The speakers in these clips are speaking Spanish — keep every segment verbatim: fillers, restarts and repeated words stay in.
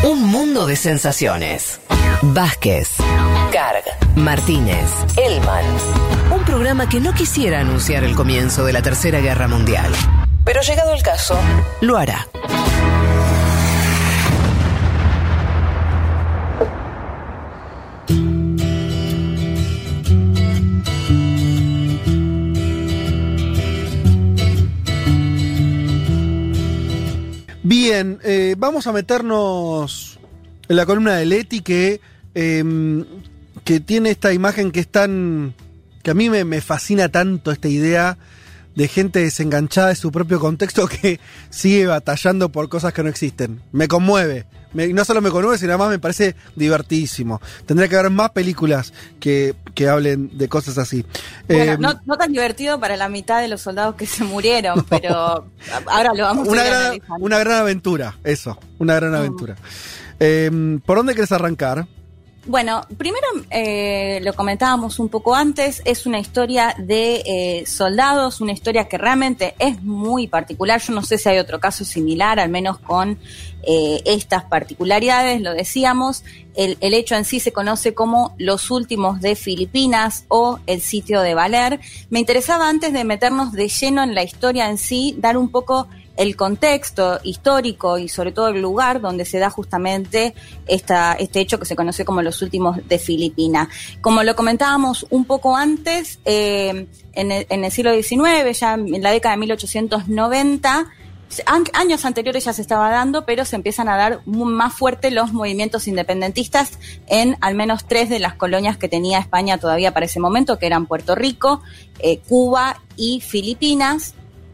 Un mundo de sensaciones. Vázquez, Carg, Martínez, Elman. Un programa que no quisiera anunciar el comienzo de la Tercera Guerra Mundial, pero llegado el caso, lo hará. Bien, eh, vamos a meternos en la columna de Leti que, eh, que tiene esta imagen que es tan... que a mí me, me fascina tanto esta idea de gente desenganchada de su propio contexto que sigue batallando por cosas que no existen. Me conmueve. Me, no solo me conmueve, sino además me parece divertidísimo. Tendría que haber más películas que, que hablen de cosas así. Bueno, eh, no, no tan divertido para la mitad de los soldados que se murieron, no. Pero ahora lo vamos una a ir gran, analizando. Una gran aventura, eso. Una gran Mm. aventura. Eh, ¿Por dónde querés arrancar? Bueno, primero eh, lo comentábamos un poco antes, es una historia de eh, soldados, una historia que realmente es muy particular. Yo no sé si hay otro caso similar, al menos con eh, estas particularidades, lo decíamos. El, el hecho en sí se conoce como Los Últimos de Filipinas o el sitio de Valer. Me interesaba, antes de meternos de lleno en la historia en sí, dar un poco el contexto histórico y sobre todo el lugar donde se da justamente esta, este hecho que se conoce como Los Últimos de Filipinas. Como lo comentábamos un poco antes, eh, en, el, en el siglo diecinueve, ya en la década de mil ochocientos noventa, años anteriores ya se estaba dando, pero se empiezan a dar más fuerte los movimientos independentistas en al menos tres de las colonias que tenía España todavía para ese momento, que eran Puerto Rico, eh, Cuba y Filipinas.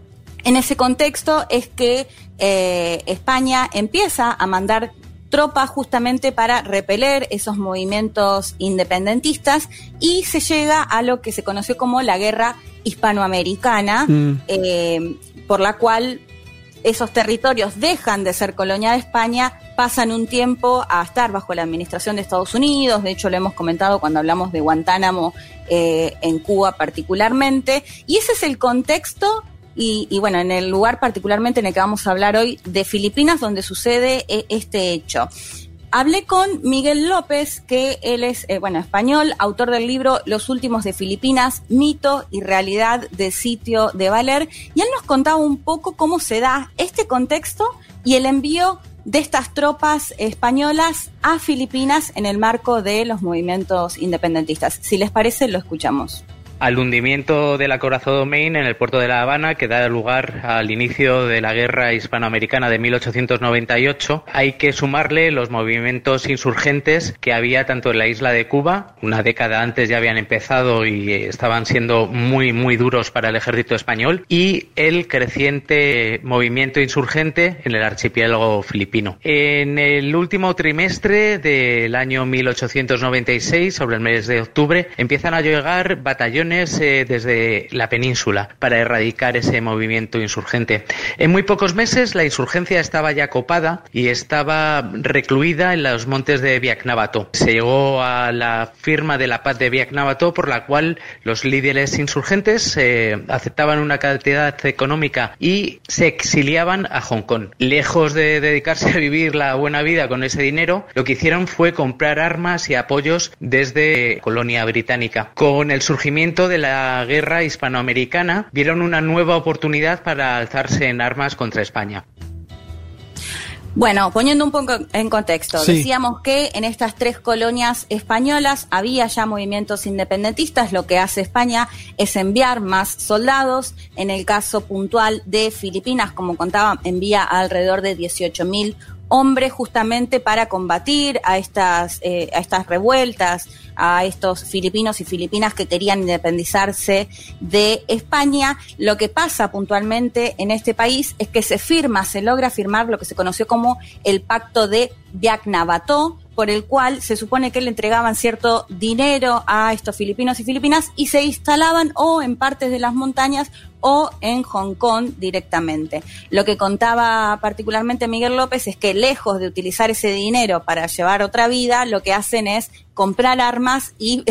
En ese contexto es que eh, España empieza a mandar tropas justamente para repeler esos movimientos independentistas y se llega a lo que se conoció como la Guerra Hispanoamericana, mm. eh, por la cual esos territorios dejan de ser colonia de España, pasan un tiempo a estar bajo la administración de Estados Unidos. De hecho, lo hemos comentado cuando hablamos de Guantánamo, eh, en Cuba particularmente, y ese es el contexto. Y, y bueno, en el lugar particularmente en el que vamos a hablar hoy, de Filipinas, donde sucede eh, este hecho. Hablé con Miguel López, que él es, eh, bueno, español, autor del libro Los Últimos de Filipinas, mito y realidad del sitio de Valer, y él nos contaba un poco cómo se da este contexto y el envío de estas tropas españolas a Filipinas en el marco de los movimientos independentistas. Si les parece, lo escuchamos. Al hundimiento del acorazado Maine en el puerto de La Habana, que da lugar al inicio de la Guerra Hispanoamericana de mil ochocientos noventa y ocho, hay que sumarle los movimientos insurgentes que había tanto en la isla de Cuba, una década antes ya habían empezado y estaban siendo muy, muy duros para el ejército español, y el creciente movimiento insurgente en el archipiélago filipino. En el último trimestre del año mil ochocientos noventa y seis, sobre el mes de octubre, empiezan a llegar batallones desde la península para erradicar ese movimiento insurgente. En muy pocos meses la insurgencia estaba ya copada y estaba recluida en los montes de Biaknavato. Se llegó a la firma de la paz de Biaknavato, por la cual los líderes insurgentes eh, aceptaban una cantidad económica y se exiliaban a Hong Kong. Lejos de dedicarse a vivir la buena vida con ese dinero, lo que hicieron fue comprar armas y apoyos desde colonia británica. Con el surgimiento de la guerra hispanoamericana, vieron una nueva oportunidad para alzarse en armas contra España. Bueno, poniendo un poco en contexto, sí. Decíamos que en estas tres colonias españolas había ya movimientos independentistas. Lo que hace España es enviar más soldados. En el caso puntual de Filipinas, como contaba, envía alrededor de dieciocho mil hombres justamente para combatir a estas, eh, a estas revueltas, a estos filipinos y filipinas que querían independizarse de España. Lo que pasa puntualmente en este país es que se firma, se logra firmar lo que se conoció como el Pacto de Biaknavato, por el cual se supone que le entregaban cierto dinero a estos filipinos y filipinas y se instalaban o en partes de las montañas o en Hong Kong directamente. Lo que contaba particularmente Miguel López es que lejos de utilizar ese dinero para llevar otra vida, lo que hacen es comprar armas y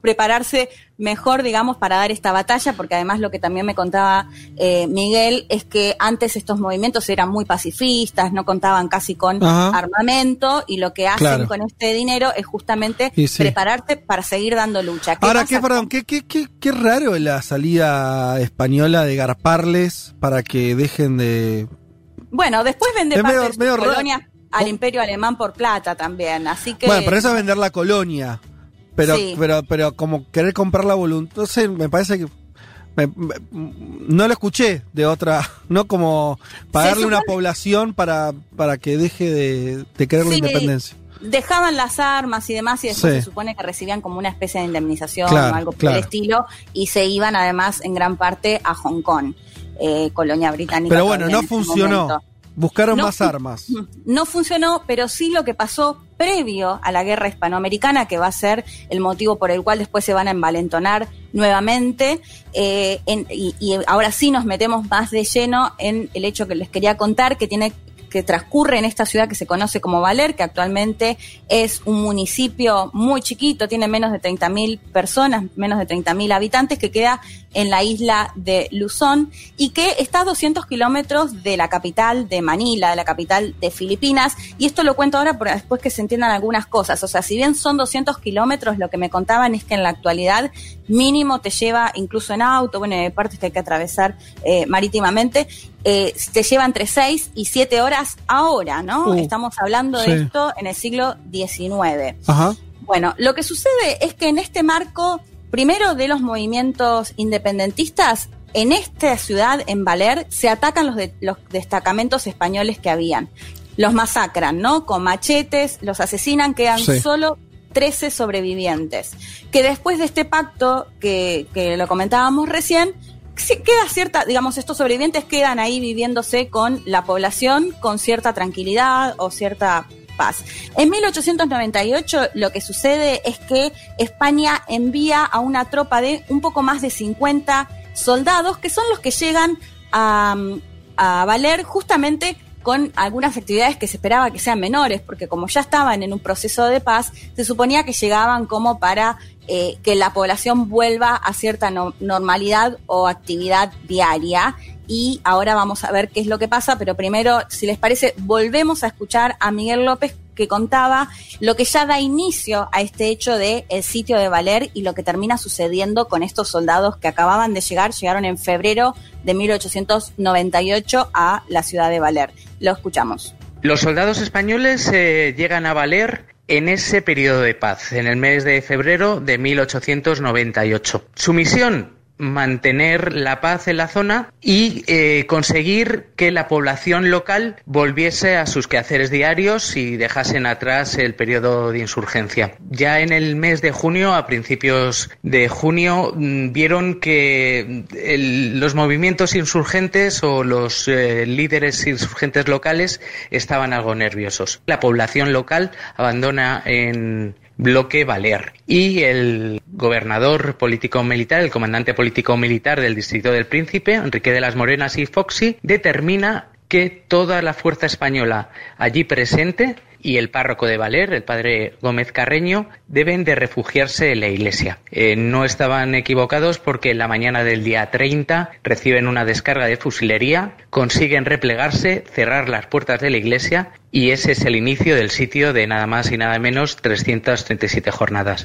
prepararse mejor, digamos, para dar esta batalla, porque además lo que también me contaba eh, Miguel es que antes estos movimientos eran muy pacifistas, no contaban casi con Ajá. armamento, y lo que hacen claro. con este dinero es justamente sí. prepararse para seguir dando lucha. ¿Qué Ahora, qué, perdón, qué, qué, qué, qué raro la salida española de garparles para que dejen de... Bueno, después vende es parte medio, de medio colonia raro. Al Imperio Alemán por plata también, así que... Bueno, pero eso es vender la colonia. Pero, sí. pero, pero como querer comprar la voluntad, no sé, me parece que me, me, no lo escuché de otra, no como pagarle supone... una población para, para que deje de, de querer sí, la independencia. Dejaban las armas y demás y después sí. se supone que recibían como una especie de indemnización claro, o algo por claro. el estilo, y se iban además en gran parte a Hong Kong, eh, colonia británica. Pero bueno, no funcionó. Momento. Buscaron no, más armas. No funcionó, pero sí lo que pasó previo a la guerra hispanoamericana, que va a ser el motivo por el cual después se van a envalentonar nuevamente, eh, en, y, y ahora sí nos metemos más de lleno en el hecho que les quería contar, que tiene que transcurre en esta ciudad que se conoce como Valer, que actualmente es un municipio muy chiquito, tiene menos de treinta mil personas, menos de treinta mil habitantes, que queda en la isla de Luzón y que está a doscientos kilómetros de la capital de Manila, de la capital de Filipinas. Y esto lo cuento ahora para después que se entiendan algunas cosas. O sea, si bien son doscientos kilómetros, lo que me contaban es que en la actualidad mínimo te lleva, incluso en auto, bueno, hay partes que hay que atravesar eh, marítimamente, eh, te lleva entre seis y siete horas ahora, ¿no? Uh, Estamos hablando de sí. esto en el siglo diecinueve. Ajá. Bueno, lo que sucede es que en este marco, primero de los movimientos independentistas, en esta ciudad, en Valer, se atacan los, de, los destacamentos españoles que habían. Los masacran, ¿no? Con machetes, los asesinan, quedan sí. solo trece sobrevivientes. Que después de este pacto, que, que lo comentábamos recién, queda cierta, digamos, estos sobrevivientes quedan ahí viviéndose con la población, con cierta tranquilidad o cierta paz. En mil ochocientos noventa y ocho lo que sucede es que España envía a una tropa de un poco más de cincuenta soldados, que son los que llegan a, a Valer justamente con algunas actividades que se esperaba que sean menores, porque como ya estaban en un proceso de paz, se suponía que llegaban como para eh, que la población vuelva a cierta no, normalidad o actividad diaria. Y ahora vamos a ver qué es lo que pasa, pero primero, si les parece, volvemos a escuchar a Miguel López, que contaba lo que ya da inicio a este hecho de el sitio de Valer y lo que termina sucediendo con estos soldados que acababan de llegar, llegaron en febrero de mil ochocientos noventa y ocho a la ciudad de Valer. Lo escuchamos. Los soldados españoles eh, llegan a Valer en ese periodo de paz, en el mes de febrero de mil ochocientos noventa y ocho. Su misión: mantener la paz en la zona y eh, conseguir que la población local volviese a sus quehaceres diarios y dejasen atrás el periodo de insurgencia. Ya en el mes de junio, a principios de junio, vieron que el, los movimientos insurgentes o los eh, líderes insurgentes locales estaban algo nerviosos. La población local abandona en bloque Valer y el gobernador político-militar, el comandante político-militar del distrito del Príncipe, Enrique de las Morenas y Foxy, determina que toda la fuerza española allí presente y el párroco de Valer, el padre Gómez Carreño, deben de refugiarse en la iglesia. Eh, no estaban equivocados, porque en la mañana del día treinta reciben una descarga de fusilería, consiguen replegarse, cerrar las puertas de la iglesia, y ese es el inicio del sitio de nada más y nada menos trescientas treinta y siete jornadas.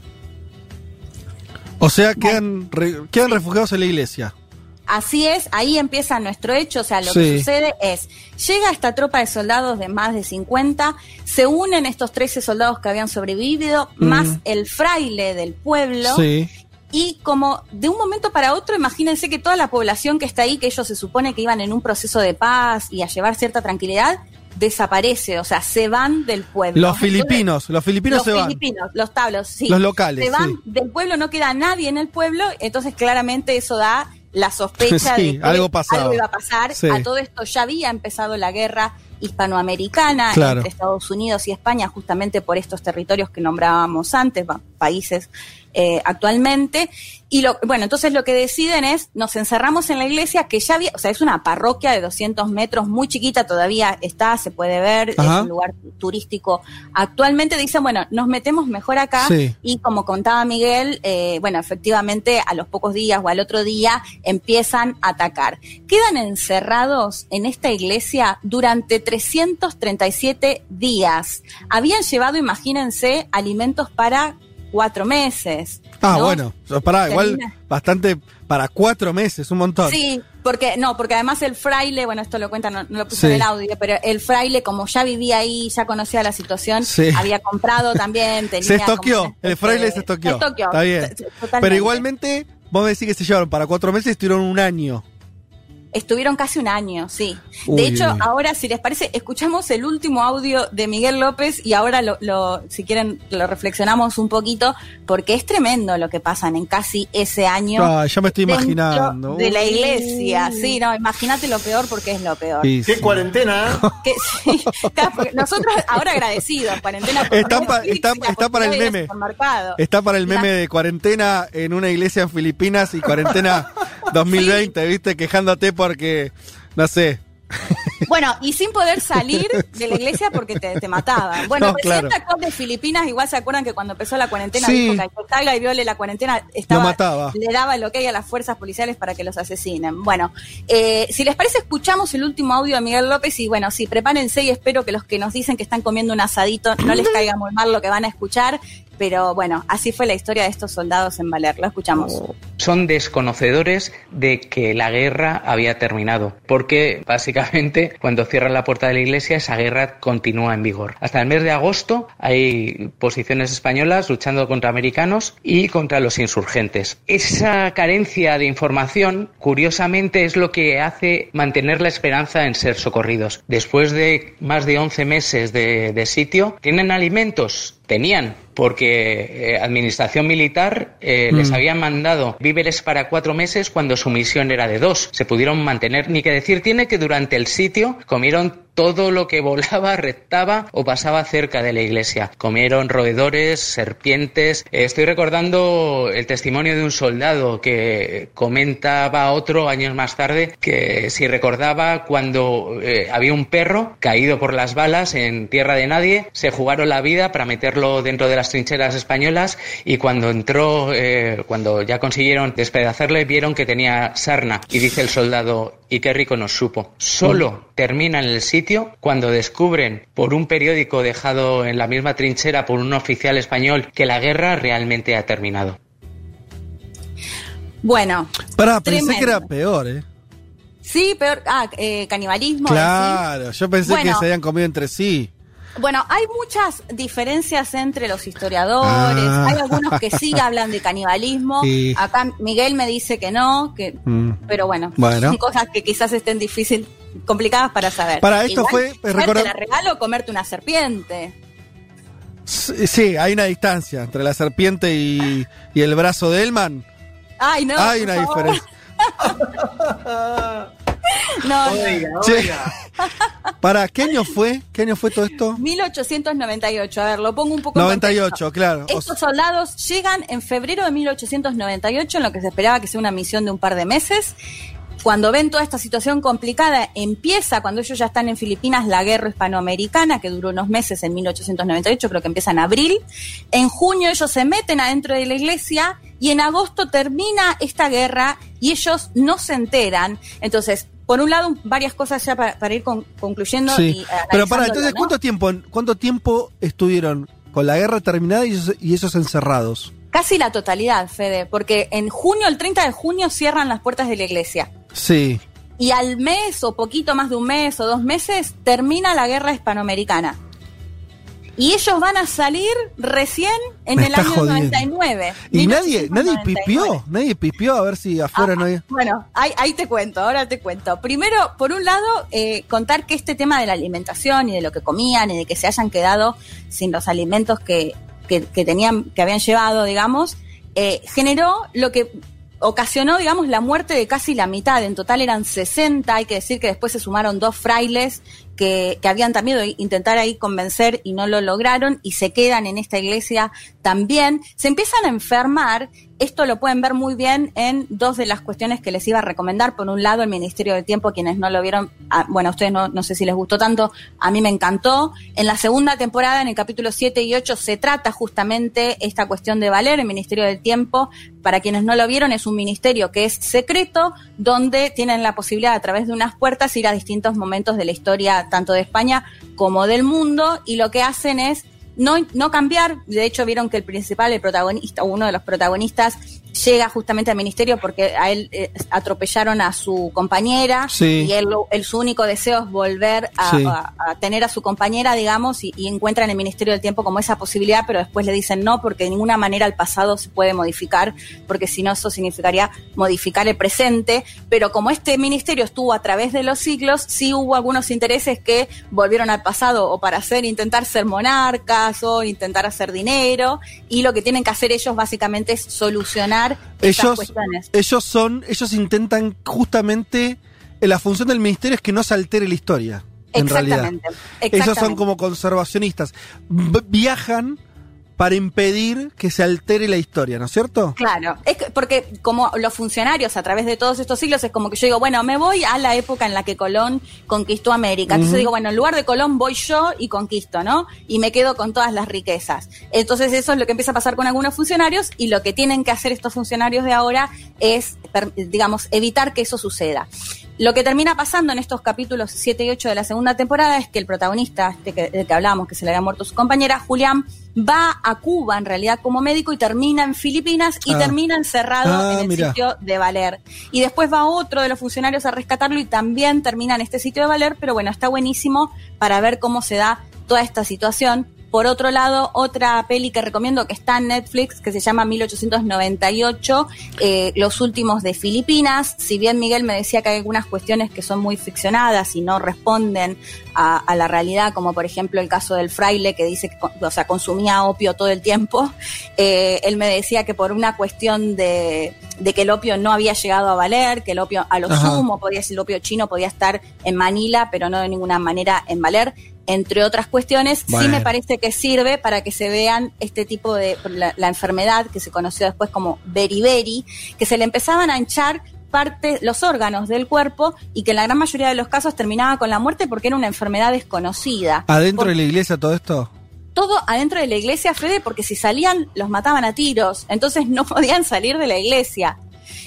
O sea, quedan, re, quedan refugiados en la iglesia. Así es, ahí empieza nuestro hecho. O sea, lo sí. que sucede es, llega esta tropa de soldados de más de cincuenta, se unen estos trece soldados que habían sobrevivido, mm. más el fraile del pueblo, sí. y como de un momento para otro, imagínense que toda la población que está ahí, que ellos se supone que iban en un proceso de paz y a llevar cierta tranquilidad, desaparece, o sea, se van del pueblo. Los filipinos, entonces, los filipinos los se van. Los filipinos, los tablos, sí. Los locales, se van sí. del pueblo, no queda nadie en el pueblo, entonces claramente eso da la sospecha sí, de que algo, pasaba. algo iba a pasar. Sí. A todo esto ya había empezado la guerra hispanoamericana, claro, entre Estados Unidos y España, justamente por estos territorios que nombrábamos antes, países eh, actualmente. Y lo, bueno, entonces lo que deciden es, nos encerramos en la iglesia, que ya había, o sea, es una parroquia de doscientos metros, muy chiquita, todavía está, se puede ver, ajá, es un lugar turístico. Actualmente dicen, bueno, nos metemos mejor acá, sí, y como contaba Miguel, eh, bueno, efectivamente a los pocos días o al otro día empiezan a atacar. Quedan encerrados en esta iglesia durante trescientos treinta y siete días. Habían llevado, imagínense, alimentos para cuatro meses. Ah, ¿no? Bueno, pará, igual bastante para cuatro meses, un montón. Sí, porque no, porque además el fraile, bueno, esto lo cuentan, no, no lo puse sí en el audio, pero el fraile, como ya vivía ahí, ya conocía la situación, sí, había comprado también, tenía... Se estoqueó, el fraile se estoqueó. Se estoqueó. Está bien. Totalmente. Pero igualmente, vos me decís que se llevaron para cuatro meses y estuvieron un año. Estuvieron casi un año, sí. Uy. De hecho, ahora, si les parece, escuchamos el último audio de Miguel López y ahora, lo, lo, si quieren, lo reflexionamos un poquito, porque es tremendo lo que pasan en casi ese año. Ah, ya me estoy imaginando. De la iglesia, sí, no, imagínate lo peor porque es lo peor. Sí, sí. ¿Qué cuarentena? Que, sí, nosotros ahora agradecidos, cuarentena. Está, pa, está, está para el meme. Está para el meme de cuarentena en una iglesia en Filipinas y cuarentena dos mil veinte, sí, ¿viste? Quejándote porque, no sé. Bueno, y sin poder salir de la iglesia porque te, te mataban. Bueno, no, el presidente claro. actual de Filipinas, igual se acuerdan que cuando empezó la cuarentena, sí, dijo que al que salga y viole la cuarentena, estaba, no mataba. Le daba el ok a las fuerzas policiales para que los asesinen. Bueno, eh, si les parece, escuchamos el último audio de Miguel López y bueno, sí, prepárense y espero que los que nos dicen que están comiendo un asadito no les caiga muy mal lo que van a escuchar. Pero bueno, así fue la historia de estos soldados en Baler. Lo escuchamos. Son desconocedores de que la guerra había terminado, porque básicamente cuando cierran la puerta de la iglesia esa guerra continúa en vigor. Hasta el mes de agosto hay posiciones españolas luchando contra americanos y contra los insurgentes. Esa carencia de información, curiosamente, es lo que hace mantener la esperanza en ser socorridos. Después de más de once meses de, de sitio, ¿tienen alimentos? Tenían, porque eh, administración militar eh, mm. les habían mandado víveres para cuatro meses cuando su misión era de dos. Se pudieron mantener, ni que decir tiene que durante el sitio comieron todo lo que volaba, reptaba o pasaba cerca de la iglesia. Comieron roedores, serpientes. Eh, estoy recordando el testimonio de un soldado que comentaba a otro años más tarde que si recordaba cuando eh, había un perro caído por las balas en tierra de nadie, se jugaron la vida para meterlo dentro de las trincheras españolas y cuando entró, eh, cuando ya consiguieron despedazarle, vieron que tenía sarna y dice el soldado, y qué rico nos supo. Solo termina en el sitio cuando descubren por un periódico dejado en la misma trinchera por un oficial español que la guerra realmente ha terminado. Bueno, Pará, pensé que era peor, ¿eh? Sí, peor. Ah, eh, canibalismo. Claro, ¿decís? Yo pensé bueno, que se habían comido entre sí. Bueno, hay muchas diferencias entre los historiadores, ah. hay algunos que sí hablan de canibalismo, sí. Acá Miguel me dice que no, que, mm. pero bueno, bueno, son cosas que quizás estén difíciles, complicadas para saber. Para esto igual, fue... Recordar... Te la regalo o comerte una serpiente. Sí, hay una distancia entre la serpiente y, y el brazo de Elman. Ay, no, hay una favor. diferencia. No, oiga, no. oiga. ¿Para qué año fue? ¿Qué año fue todo esto? mil ochocientos noventa y ocho. A ver, lo pongo un poco noventa y ocho, en claro. Estos soldados llegan en febrero de mil ochocientos noventa y ocho, en lo que se esperaba que sea una misión de un par de meses. Cuando ven toda esta situación complicada, empieza, cuando ellos ya están en Filipinas, la guerra hispanoamericana, que duró unos meses en mil ochocientos noventa y ocho, creo que empieza en abril. En junio ellos se meten adentro de la iglesia y en agosto termina esta guerra y ellos no se enteran. Entonces, por un lado, varias cosas ya para, para ir con, concluyendo. Sí. Y pero para, entonces, ¿no? ¿cuánto tiempo, ¿cuánto tiempo estuvieron con la guerra terminada y esos, y esos encerrados? Casi la totalidad, Fede, porque en junio, el treinta de junio, cierran las puertas de la iglesia. Sí. Y al mes, o poquito más de un mes, o dos meses, termina la guerra hispanoamericana. Y ellos van a salir recién en Me el año jodiendo. noventa y nueve. Y nadie, nadie pipió, nadie pipió a ver si afuera ah, no había... Bueno, ahí, ahí te cuento, ahora te cuento. Primero, por un lado, eh, contar que este tema de la alimentación y de lo que comían y de que se hayan quedado sin los alimentos que, que, que tenían, que habían llevado, digamos, eh, generó lo que ocasionó, digamos, la muerte de casi la mitad. En total eran sesenta, hay que decir que después se sumaron dos frailes que, que habían también de intentar ahí convencer y no lo lograron y se quedan en esta iglesia también, se empiezan a enfermar. Esto lo pueden ver muy bien en dos de las cuestiones que les iba a recomendar. Por un lado, el Ministerio del Tiempo, quienes no lo vieron, ah, bueno, a ustedes no, no sé si les gustó tanto, a mí me encantó. En la segunda temporada, en el capítulo siete y ocho, se trata justamente esta cuestión de Valer, el Ministerio del Tiempo. Para quienes no lo vieron, es un ministerio que es secreto, donde tienen la posibilidad a través de unas puertas ir a distintos momentos de la historia, tanto de España como del mundo, y lo que hacen es No, no cambiar. De hecho, vieron que el principal, el protagonista, uno de los protagonistas, llega justamente al ministerio porque a él eh, atropellaron a su compañera, sí. y él, él su único deseo es volver a, sí. a, a tener a su compañera, digamos, y, y encuentra en el Ministerio del Tiempo como esa posibilidad, pero después le dicen no, porque de ninguna manera el pasado se puede modificar, porque si no eso significaría modificar el presente. Pero como este ministerio estuvo a través de los siglos, sí hubo algunos intereses que volvieron al pasado o para hacer, intentar ser monarcas o intentar hacer dinero, y lo que tienen que hacer ellos básicamente es solucionar ellos, ellos son, ellos intentan justamente, la función del ministerio es que no se altere la historia, en exactamente, realidad. Exactamente. Ellos son como conservacionistas. V- viajan para impedir que se altere la historia, ¿no es cierto? Claro, es que, porque como los funcionarios a través de todos estos siglos es como que yo digo, bueno, me voy a la época en la que Colón conquistó América. Entonces uh-huh. digo, bueno, en lugar de Colón voy yo y conquisto, ¿no? Y me quedo con todas las riquezas. Entonces eso es lo que empieza a pasar con algunos funcionarios, y lo que tienen que hacer estos funcionarios de ahora es, digamos, evitar que eso suceda. Lo que termina pasando en estos capítulos siete y ocho de la segunda temporada es que el protagonista, este que, del que hablábamos, que se le había muerto su compañera, Julián, va a Cuba en realidad como médico y termina en Filipinas y ah. termina encerrado ah, en el mira. sitio de Valer. Y después va otro de los funcionarios a rescatarlo y también termina en este sitio de Valer, pero bueno, está buenísimo para ver cómo se da toda esta situación. Por otro lado, otra peli que recomiendo que está en Netflix, que se llama mil ochocientos noventa y ocho, eh, Los últimos de Filipinas. Si bien Miguel me decía que hay algunas cuestiones que son muy ficcionadas y no responden a, a la realidad, como por ejemplo el caso del fraile que dice que, o sea, consumía opio todo el tiempo, eh, él me decía que por una cuestión de, de que el opio no había llegado a Valer, que el opio a lo Ajá. sumo, podía ser el opio chino, podía estar en Manila, pero no de ninguna manera en Valer, entre otras cuestiones. Bueno. Sí me parece que sirve para que se vean este tipo de, la, la enfermedad que se conoció después como beriberi, que se le empezaban a hinchar parte, los órganos del cuerpo, y que en la gran mayoría de los casos terminaba con la muerte porque era una enfermedad desconocida. ¿Adentro porque, de la iglesia todo esto? Todo adentro de la iglesia, Fede, porque si salían los mataban a tiros, entonces no podían salir de la iglesia.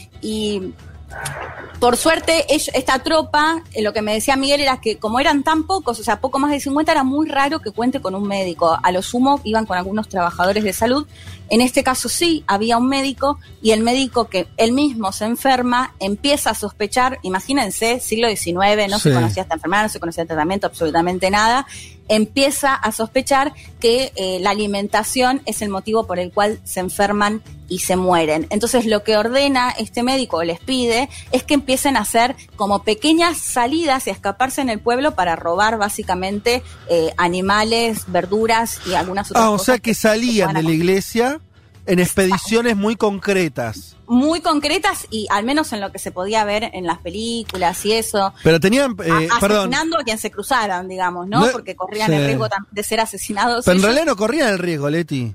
Y por suerte, esta tropa, lo que me decía Miguel era que como eran tan pocos, o sea, poco más de cincuenta, era muy raro que cuente con un médico. A lo sumo iban con algunos trabajadores de salud. En este caso sí, había un médico, y el médico, que él mismo se enferma, empieza a sospechar, imagínense, siglo diecinueve, no sí. se conocía esta enfermedad, no se conocía el tratamiento, absolutamente nada, empieza a sospechar que eh, la alimentación es el motivo por el cual se enferman y se mueren. Entonces lo que ordena este médico, o les pide, es que empiecen a hacer como pequeñas salidas y a escaparse en el pueblo para robar básicamente eh, animales, verduras y algunas otras ah, cosas. O sea que, que salían de la iglesia en expediciones muy concretas. Muy concretas, y al menos en lo que se podía ver en las películas y eso. Pero tenían, eh, a, perdón. Asesinando a quien se cruzaran, digamos, ¿no? no Porque corrían sí. el riesgo de ser asesinados. Pero en ellos. realidad no corrían el riesgo, Leti.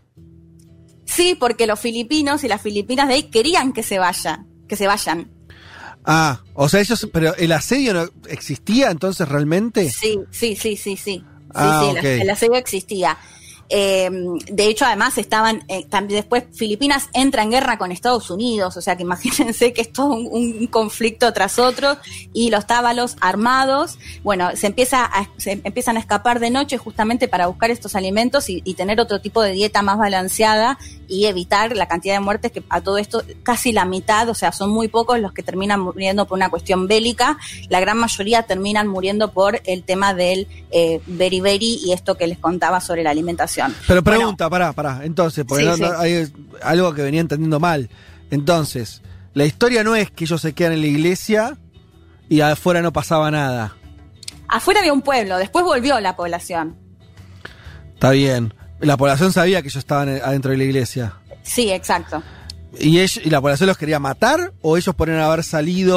Sí, porque los filipinos y las filipinas de ahí querían que se vayan, que se vayan. Ah, o sea, ellos, pero el asedio no existía entonces realmente. Sí, sí, sí, sí, sí. Ah, sí, sí, okay. el, el asedio existía. Eh, de hecho, además estaban, eh, también después Filipinas entra en guerra con Estados Unidos, o sea que imagínense que es todo un, un conflicto tras otro, y los tábalos armados, bueno, se empieza a, se empiezan a escapar de noche justamente para buscar estos alimentos y, y tener otro tipo de dieta más balanceada y evitar la cantidad de muertes que a todo esto casi la mitad, o sea, son muy pocos los que terminan muriendo por una cuestión bélica, la gran mayoría terminan muriendo por el tema del eh, beriberi y esto que les contaba sobre la alimentación. Pero pregunta, bueno, pará, pará, entonces, porque sí, no, sí. no, hay algo que venía entendiendo mal. Entonces, la historia no es que ellos se quedan en la iglesia y afuera no pasaba nada. Afuera había un pueblo, después volvió la población. Está bien. La población sabía que ellos estaban adentro de la iglesia. Sí, exacto. ¿Y, ellos, y la población los quería matar o ellos podrían haber salido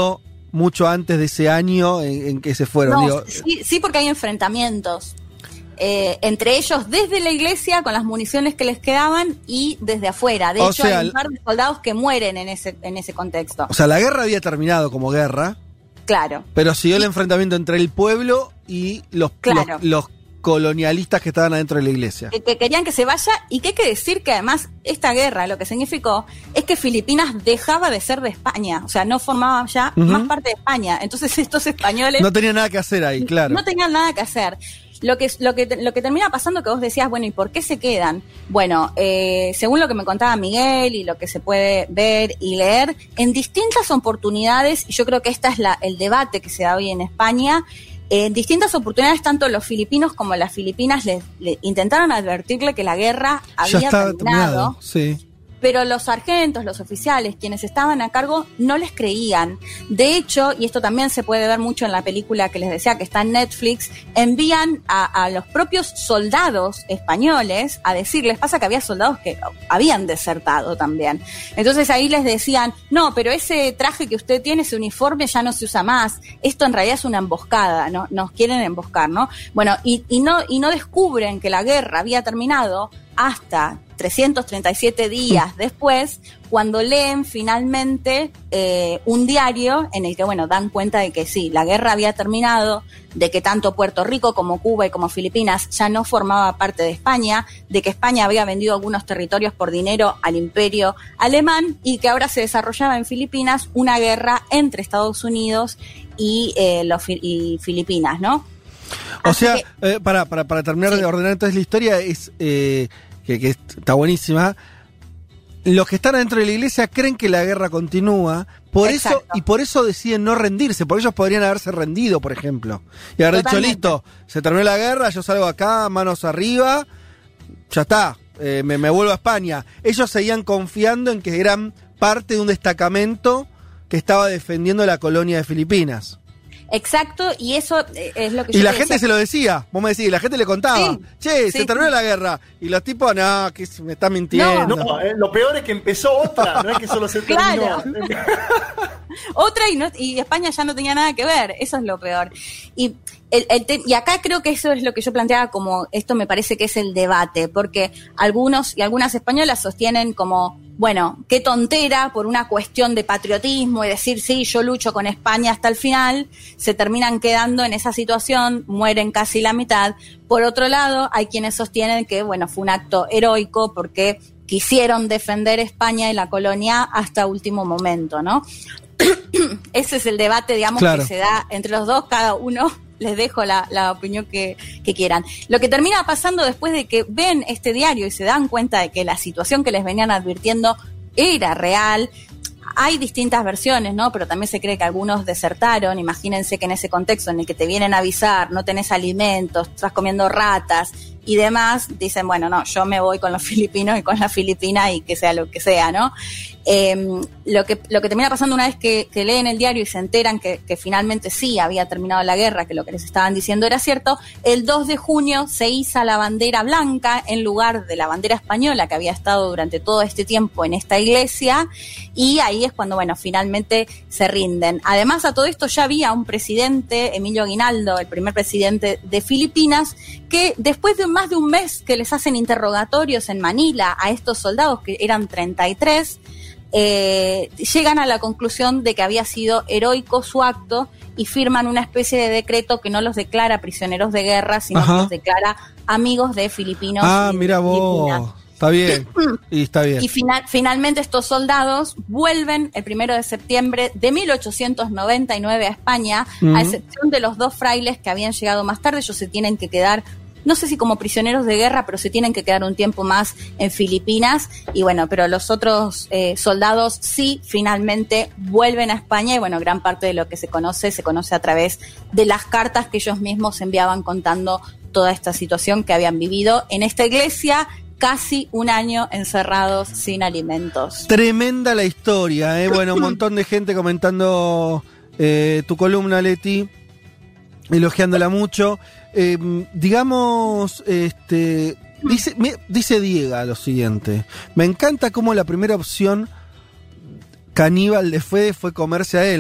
mucho antes de ese año en, en que se fueron. No, Digo, sí, sí, porque hay enfrentamientos. Eh, entre ellos desde la iglesia con las municiones que les quedaban y desde afuera. De o hecho, sea, hay un par de soldados que mueren en ese, en ese contexto. O sea, la guerra había terminado como guerra. Claro. Pero siguió el enfrentamiento entre el pueblo y los, Claro. los, los colonialistas que estaban adentro de la iglesia. Que, que querían que se vaya, y que hay que decir que además esta guerra lo que significó es que Filipinas dejaba de ser de España, o sea, no formaba ya Uh-huh. más parte de España. Entonces estos españoles No tenía nada que hacer ahí, claro. no tenían nada que hacer. Lo que, lo que lo que termina pasando, que vos decías, bueno, ¿y por qué se quedan? Bueno, eh, según lo que me contaba Miguel y lo que se puede ver y leer, en distintas oportunidades, y yo creo que este es la, el debate que se da hoy en España, en distintas oportunidades tanto los filipinos como las filipinas le, le intentaron advertirle que la guerra Ya había estaba terminado. terminado, sí. Pero los sargentos, los oficiales, quienes estaban a cargo, no les creían. De hecho, y esto también se puede ver mucho en la película que les decía que está en Netflix, envían a, a los propios soldados españoles a decirles, pasa que había soldados que habían desertado también. Entonces ahí les decían, no, pero ese traje que usted tiene, ese uniforme ya no se usa más. Esto en realidad es una emboscada, ¿no? Nos quieren emboscar, ¿no? Bueno, y, y no, y no descubren que la guerra había terminado hasta trescientos treinta y siete días después, cuando leen finalmente eh, un diario en el que, bueno, dan cuenta de que sí, la guerra había terminado, de que tanto Puerto Rico como Cuba y como Filipinas ya no formaba parte de España, de que España había vendido algunos territorios por dinero al imperio alemán y que ahora se desarrollaba en Filipinas una guerra entre Estados Unidos y, eh, los, y Filipinas, ¿no? O Así sea, que, eh, para, para, para terminar Sí. de ordenar entonces la historia, es eh, que, que está buenísima. Los que están adentro de la iglesia creen que la guerra continúa, por Exacto. eso y por eso deciden no rendirse, porque ellos podrían haberse rendido, por ejemplo, y haber Totalmente. dicho, listo, se terminó la guerra, yo salgo acá, manos arriba, ya está, eh, me, me vuelvo a España. Ellos seguían confiando en que eran parte de un destacamento que estaba defendiendo la colonia de Filipinas. exacto, y eso eh, es lo que Y yo la te gente decía. se lo decía, vos me decís, y la gente le contaba, Sí, che, sí, se terminó sí. la guerra, y los tipos, no, que me están mintiendo. No, eh, lo peor es que empezó otra, no es que solo se terminó. Claro. Otra y, no, y España ya no tenía nada que ver, eso es lo peor. Y, el, el te, y acá creo que eso es lo que yo planteaba como, esto me parece que es el debate, porque algunos y algunas españolas sostienen como, bueno, qué tontera por una cuestión de patriotismo y decir, sí, yo lucho con España hasta el final, se terminan quedando en esa situación, mueren casi la mitad. Por otro lado, hay quienes sostienen que, bueno, fue un acto heroico porque quisieron defender España y la colonia hasta último momento, ¿no? Ese es el debate, digamos, Claro. que se da entre los dos, cada uno les dejo la, la opinión que, que quieran. Lo que termina pasando después de que ven este diario y se dan cuenta de que la situación que les venían advirtiendo era real, hay distintas versiones, ¿no? Pero también se cree que algunos desertaron. Imagínense que en ese contexto en el que te vienen a avisar, no tenés alimentos, estás comiendo ratas y demás, dicen, bueno, no, yo me voy con los filipinos y con la Filipina y que sea lo que sea, ¿no? Eh, lo que lo que termina pasando una vez que, que leen el diario y se enteran que, que finalmente sí había terminado la guerra, que lo que les estaban diciendo era cierto, el dos de junio se iza la bandera blanca en lugar de la bandera española que había estado durante todo este tiempo en esta iglesia, y ahí es cuando, bueno, finalmente se rinden. Además, a todo esto ya había un presidente, Emilio Aguinaldo, el primer presidente de Filipinas, que después de más de un mes que les hacen interrogatorios en Manila a estos soldados, que eran treinta y tres, eh, llegan a la conclusión de que había sido heroico su acto y firman una especie de decreto que no los declara prisioneros de guerra, sino Ajá. que los declara amigos de filipinos. Ah, y de mira Filipinas. vos, está bien, y está bien. Y final, finalmente estos soldados vuelven el primero de septiembre de mil ochocientos noventa y nueve a España, Ujú. a excepción de los dos frailes que habían llegado más tarde. Ellos se tienen que quedar, no sé si como prisioneros de guerra, pero se tienen que quedar un tiempo más en Filipinas. Y bueno, pero los otros eh, soldados sí finalmente vuelven a España, y bueno, gran parte de lo que se conoce, se conoce a través de las cartas que ellos mismos enviaban contando toda esta situación que habían vivido en esta iglesia, casi un año encerrados sin alimentos. Tremenda la historia, ¿eh? Bueno, un montón de gente comentando eh, tu columna, Leti, elogiándola mucho. Eh, digamos, este, dice, me, dice Diego lo siguiente: me encanta cómo la primera opción caníbal de Fede fue comerse a Elman.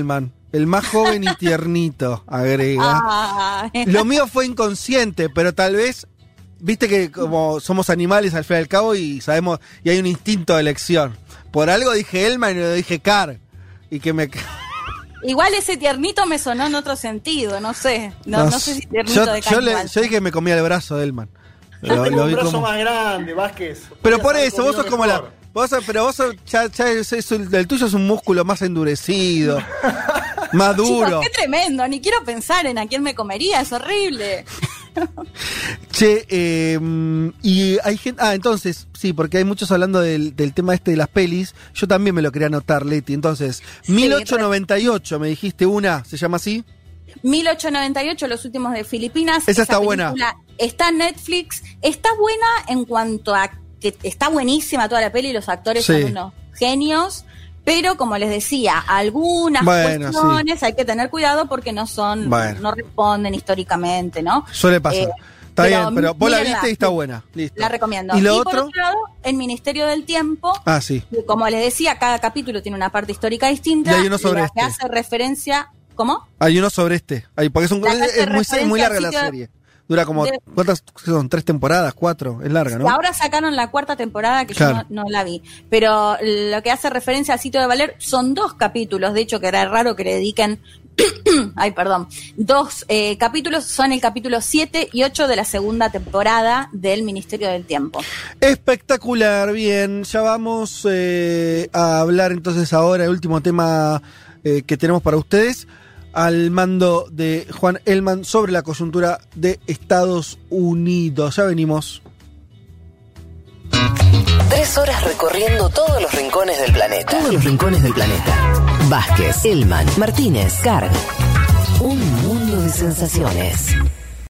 El más joven y tiernito, agrega. Ah. Lo mío fue inconsciente, pero tal vez, viste que como somos animales al fin y al cabo y sabemos, y hay un instinto de elección. Por algo dije Elman y lo dije Car. Y que me... Igual ese tiernito me sonó en otro sentido, no sé. No, no, no sé si tiernito yo, de yo, le, yo dije que me comía el brazo de Elman. Yo Lo, tengo lo un vi brazo como... más grande, Vázquez. Pero Podrías por haber eso, vos sos comido como la... mejor. Vos, pero vos sos, ya, ya es, es, el tuyo es un músculo más endurecido, más duro. Chicos, qué tremendo, ni quiero pensar en a quién me comería, es horrible. Che, eh, y hay gente... Ah, entonces, sí, porque hay muchos hablando del, del tema este de las pelis. Yo también me lo quería anotar, Leti. Entonces, Sí, mil ochocientos noventa y ocho, me dijiste una, ¿se llama así? mil ochocientos noventa y ocho, Los últimos de Filipinas. Esa está buena. Está en Netflix. Está buena en cuanto a que está buenísima toda la peli, los actores Sí. son unos genios, pero como les decía, algunas Bueno, cuestiones hay que tener cuidado porque no son, Bueno. no responden históricamente, ¿no? Suele pasar. Eh, está pero bien, pero vos la mírenla, viste y está sí. buena. Listo. La recomiendo. ¿Y lo por otro? otro lado, el Ministerio del Tiempo, Ah, sí. que, como les decía, cada capítulo tiene una parte histórica distinta. Y hay uno sobre la que este. hace referencia. ¿Cómo? Hay uno sobre este. Hay, porque es, un, La que es, hace es muy, es muy referencia larga al la sitio de- serie. Dura como, de- ¿cuántas son? ¿Tres temporadas? ¿Cuatro? Es larga, ¿no? Ahora sacaron la cuarta temporada que Claro. yo no, no la vi. Pero lo que hace referencia al sitio de Valer son dos capítulos. De hecho, que era raro que le dediquen. Ay, perdón. Dos eh, capítulos son el capítulo siete y ocho de la segunda temporada del Ministerio del Tiempo. Espectacular, bien. Ya vamos eh, a hablar entonces ahora, el último tema eh, que tenemos para ustedes, al mando de Juan Elman sobre la coyuntura de Estados Unidos. Ya venimos. Tres horas recorriendo todos los rincones del planeta. Todos los rincones del planeta. Vázquez, Elman, Martínez, Carg. Un mundo de sensaciones.